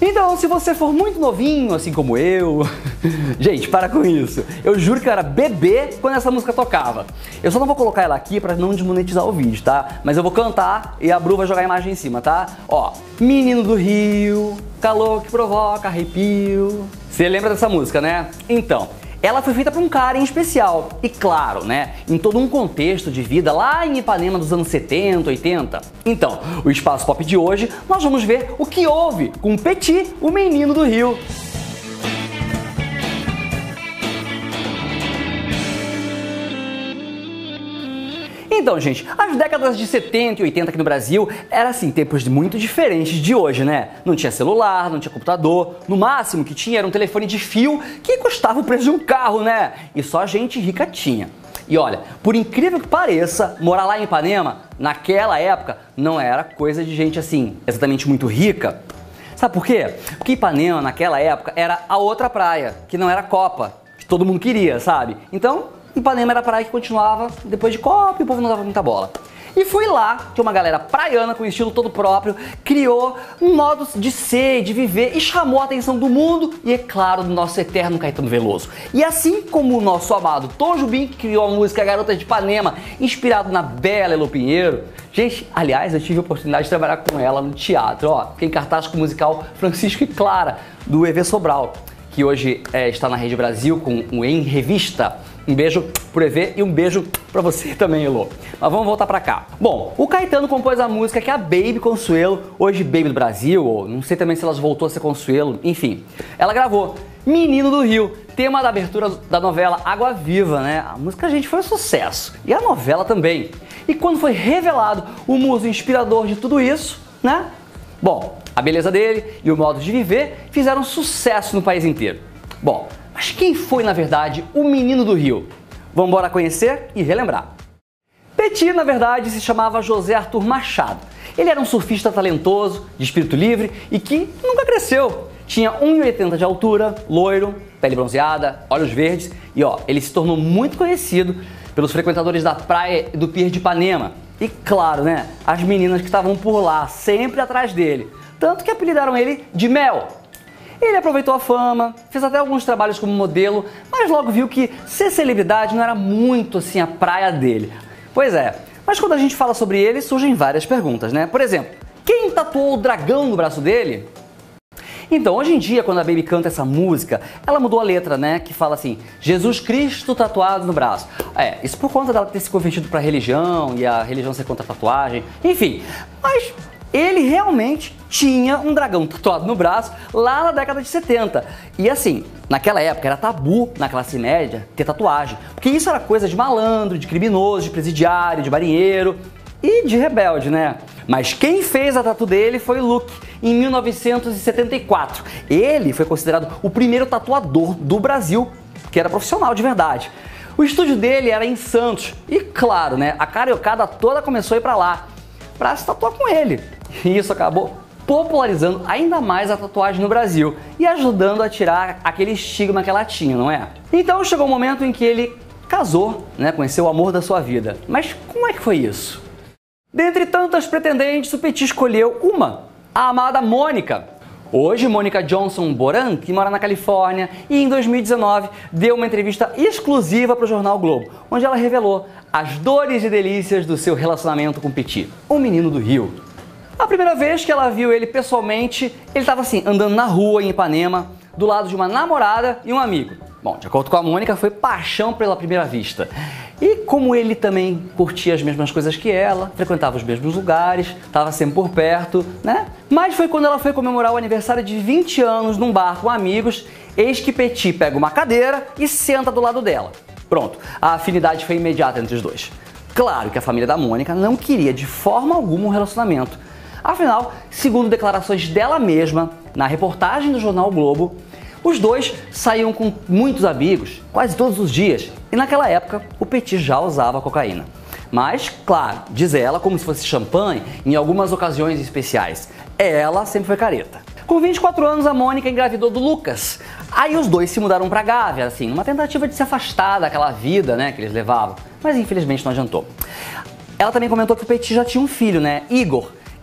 Então, se você for muito novinho, assim como eu... Gente, para com isso. Eu juro que eu era bebê quando essa música tocava. Eu só não vou colocar ela aqui pra não desmonetizar o vídeo, tá? Mas eu vou cantar e a Bru vai jogar a imagem em cima, tá? Ó, menino do Rio, calor que provoca arrepio. Você lembra dessa música, né? Então... ela foi feita por um cara em especial, e claro, né, em todo um contexto de vida lá em Ipanema dos anos 70, 80. Então, o Espaço Pop de hoje, nós vamos ver o que houve com Petit, o menino do Rio. Então, gente, as décadas de 70 e 80 aqui no Brasil eram, assim, tempos muito diferentes de hoje, né? Não tinha celular, não tinha computador, no máximo que tinha era um telefone de fio que custava o preço de um carro, né? E só gente rica tinha. E olha, por incrível que pareça, morar lá em Ipanema, naquela época, não era coisa de gente, assim, exatamente muito rica. Sabe por quê? Porque Ipanema, naquela época, era a outra praia, que não era Copa, que todo mundo queria, sabe? Então... Ipanema era a praia que continuava depois de Copa e o povo não dava muita bola. E foi lá que uma galera praiana com estilo todo próprio criou um modo de ser, de viver e chamou a atenção do mundo e, é claro, do nosso eterno Caetano Veloso. E assim como o nosso amado Tom Jobim, que criou a música Garota de Ipanema, inspirado na bela Elô Pinheiro. Gente, aliás, eu tive a oportunidade de trabalhar com ela no teatro, ó, fiquei em cartaz com o musical Francisco e Clara, do EV Sobral, que hoje está na Rede Brasil com o Em Revista. Um beijo pro EV e um beijo pra você também, Elô. Mas vamos voltar pra cá. Bom, o Caetano compôs a música que é a Baby Consuelo, hoje Baby do Brasil, ou não sei também se ela voltou a ser Consuelo, enfim. Ela gravou Menino do Rio, tema da abertura da novela Água Viva, né? A música, gente, foi um sucesso. E a novela também. E quando foi revelado o muso inspirador de tudo isso, né? Bom, a beleza dele e o modo de viver fizeram sucesso no país inteiro. Bom, mas quem foi, na verdade, o menino do Rio? Vamos embora conhecer e relembrar. Petit, na verdade, se chamava José Arthur Machado. Ele era um surfista talentoso, de espírito livre e que nunca cresceu. Tinha 1,80 m de altura, loiro, pele bronzeada, olhos verdes e, ó, ele se tornou muito conhecido pelos frequentadores da praia e do Pier de Ipanema. E, claro, né, as meninas que estavam por lá, sempre atrás dele. Tanto que apelidaram ele de Mel. Ele aproveitou a fama, fez até alguns trabalhos como modelo, mas logo viu que ser celebridade não era muito assim a praia dele. Pois é, mas quando a gente fala sobre ele, surgem várias perguntas, né? Por exemplo, quem tatuou o dragão no braço dele? Então, hoje em dia, quando a Baby canta essa música, ela mudou a letra, né? Que fala assim, Jesus Cristo tatuado no braço. Isso por conta dela ter se convertido para a religião e a religião ser contra a tatuagem, enfim. Mas... ele realmente tinha um dragão tatuado no braço lá na década de 70. E assim, naquela época era tabu na classe média ter tatuagem, porque isso era coisa de malandro, de criminoso, de presidiário, de marinheiro e de rebelde, né? Mas quem fez a tatu dele foi Luke, em 1974. Ele foi considerado o primeiro tatuador do Brasil, que era profissional de verdade. O estúdio dele era em Santos e, claro, né, a cariocada toda começou a ir pra lá para se tatuar com ele. E isso acabou popularizando ainda mais a tatuagem no Brasil e ajudando a tirar aquele estigma que ela tinha, não é? Então chegou o momento em que ele casou, né, conheceu o amor da sua vida. Mas como é que foi isso? Dentre tantas pretendentes, o Petit escolheu uma, a amada Mônica. Hoje, Mônica Johnson Boran, que mora na Califórnia, e em 2019 deu uma entrevista exclusiva para o jornal Globo, onde ela revelou as dores e delícias do seu relacionamento com Petit, o menino do Rio. A primeira vez que ela viu ele pessoalmente, ele estava assim, andando na rua em Ipanema, do lado de uma namorada e um amigo. Bom, de acordo com a Mônica, foi paixão pela primeira vista. E como ele também curtia as mesmas coisas que ela, frequentava os mesmos lugares, estava sempre por perto, né? Mas foi quando ela foi comemorar o aniversário de 20 anos num bar com amigos, eis que Petit pega uma cadeira e senta do lado dela. Pronto, a afinidade foi imediata entre os dois. Claro que a família da Mônica não queria de forma alguma um relacionamento. Afinal, segundo declarações dela mesma, na reportagem do jornal Globo, os dois saíam com muitos amigos, quase todos os dias, e naquela época o Petit já usava cocaína. Mas, claro, diz ela, como se fosse champanhe, em algumas ocasiões especiais. Ela sempre foi careta. Com 24 anos, a Mônica engravidou do Lucas. Aí os dois se mudaram pra Gávea, assim, numa tentativa de se afastar daquela vida, né, que eles levavam. Mas infelizmente não adiantou. Ela também comentou que o Petit já tinha um filho, né, Igor,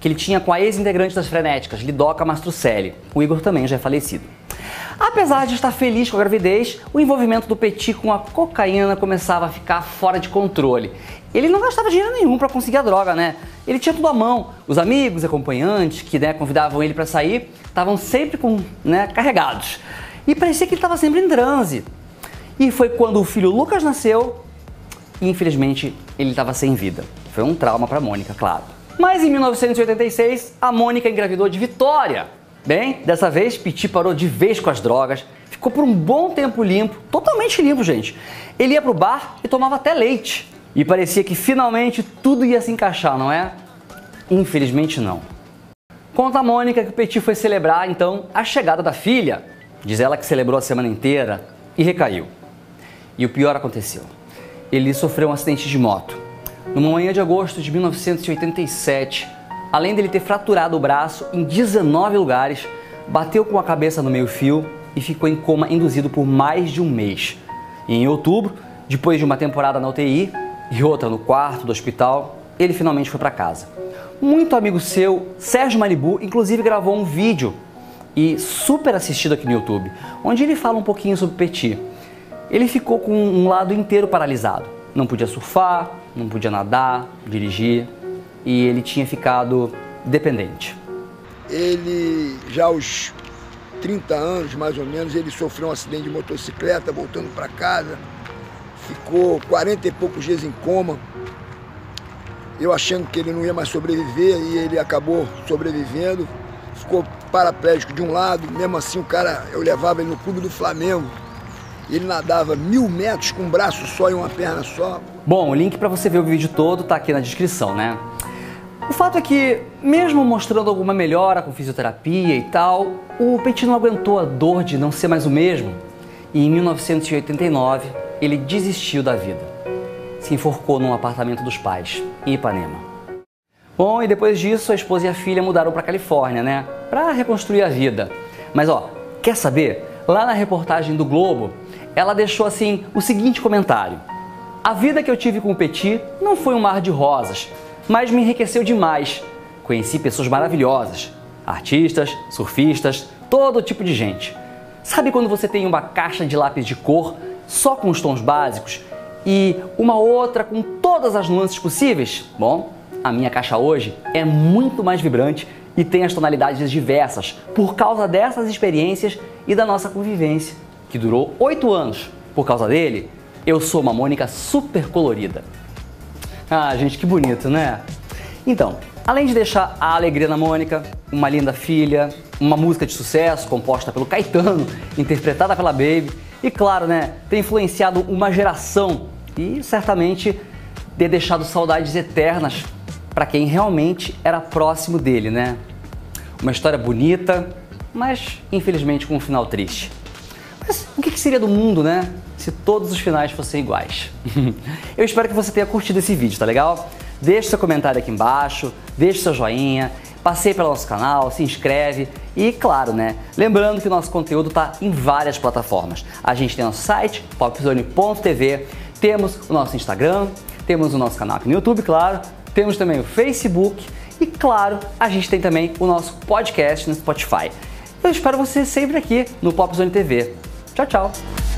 que ele tinha com a ex-integrante das Frenéticas, Lidoca Mastrucelli. O Igor também já é falecido. Apesar de estar feliz com a gravidez, o envolvimento do Petit com a cocaína começava a ficar fora de controle. Ele não gastava dinheiro nenhum para conseguir a droga, né? Ele tinha tudo à mão. Os amigos, acompanhantes que convidavam ele para sair, estavam sempre carregados. E parecia que ele estava sempre em transe. E foi quando o filho Lucas nasceu e, infelizmente, ele estava sem vida. Foi um trauma para Mônica, claro. Mas em 1986, a Mônica engravidou de Vitória. Bem, dessa vez, Petit parou de vez com as drogas, ficou por um bom tempo limpo, totalmente limpo, gente. Ele ia pro bar e tomava até leite. E parecia que finalmente tudo ia se encaixar, não é? Infelizmente não. Conta a Mônica que o Petit foi celebrar, então, a chegada da filha. Diz ela que celebrou a semana inteira e recaiu. E o pior aconteceu. Ele sofreu um acidente de moto. Numa manhã de agosto de 1987, além dele ter fraturado o braço em 19 lugares, bateu com a cabeça no meio-fio e ficou em coma induzido por mais de um mês. E em outubro, depois de uma temporada na UTI e outra no quarto do hospital, ele finalmente foi para casa. Muito amigo seu, Sérgio Malibu, inclusive gravou um vídeo e super assistido aqui no YouTube, onde ele fala um pouquinho sobre o Petit. Ele ficou com um lado inteiro paralisado. Não podia surfar, não podia nadar, dirigir, e ele tinha ficado dependente. Ele, já aos 30 anos, mais ou menos, ele sofreu um acidente de motocicleta, voltando para casa, ficou 40 e poucos dias em coma, eu achando que ele não ia mais sobreviver, e ele acabou sobrevivendo, ficou paraplégico de um lado, mesmo assim o cara, eu levava ele no clube do Flamengo, ele nadava 1000 metros com um braço só e uma perna só. Bom, o link para você ver o vídeo todo tá aqui na descrição, né? O fato é que, mesmo mostrando alguma melhora com fisioterapia e tal, o Petit não aguentou a dor de não ser mais o mesmo. E em 1989, ele desistiu da vida. Se enforcou num apartamento dos pais, em Ipanema. Bom, e depois disso, a esposa e a filha mudaram para Califórnia, né? Para reconstruir a vida. Mas quer saber? Lá na reportagem do Globo, ela deixou assim o seguinte comentário: a vida que eu tive com o Petit não foi um mar de rosas, mas me enriqueceu demais. Conheci pessoas maravilhosas, artistas, surfistas, todo tipo de gente. Sabe quando você tem uma caixa de lápis de cor só com os tons básicos e uma outra com todas as nuances possíveis? Bom, a minha caixa hoje é muito mais vibrante e tem as tonalidades diversas por causa dessas experiências e da nossa convivência, que durou 8 anos. Por causa dele, eu sou uma Mônica super colorida. Ah, gente, que bonito, né? Então, além de deixar a alegria na Mônica, uma linda filha, uma música de sucesso composta pelo Caetano, interpretada pela Baby, e claro, né, ter influenciado uma geração e certamente ter deixado saudades eternas para quem realmente era próximo dele, né? Uma história bonita, mas infelizmente com um final triste. Mas o que seria do mundo, né, se todos os finais fossem iguais? Eu espero que você tenha curtido esse vídeo, tá legal? Deixe seu comentário aqui embaixo, deixe seu joinha, passeie pelo nosso canal, se inscreve e, claro, né, lembrando que o nosso conteúdo tá em várias plataformas. A gente tem nosso site, popzone.tv, temos o nosso Instagram, temos o nosso canal aqui no YouTube, claro, temos também o Facebook e, claro, a gente tem também o nosso podcast no Spotify. Eu espero você sempre aqui no Popzone TV. Tchau, tchau!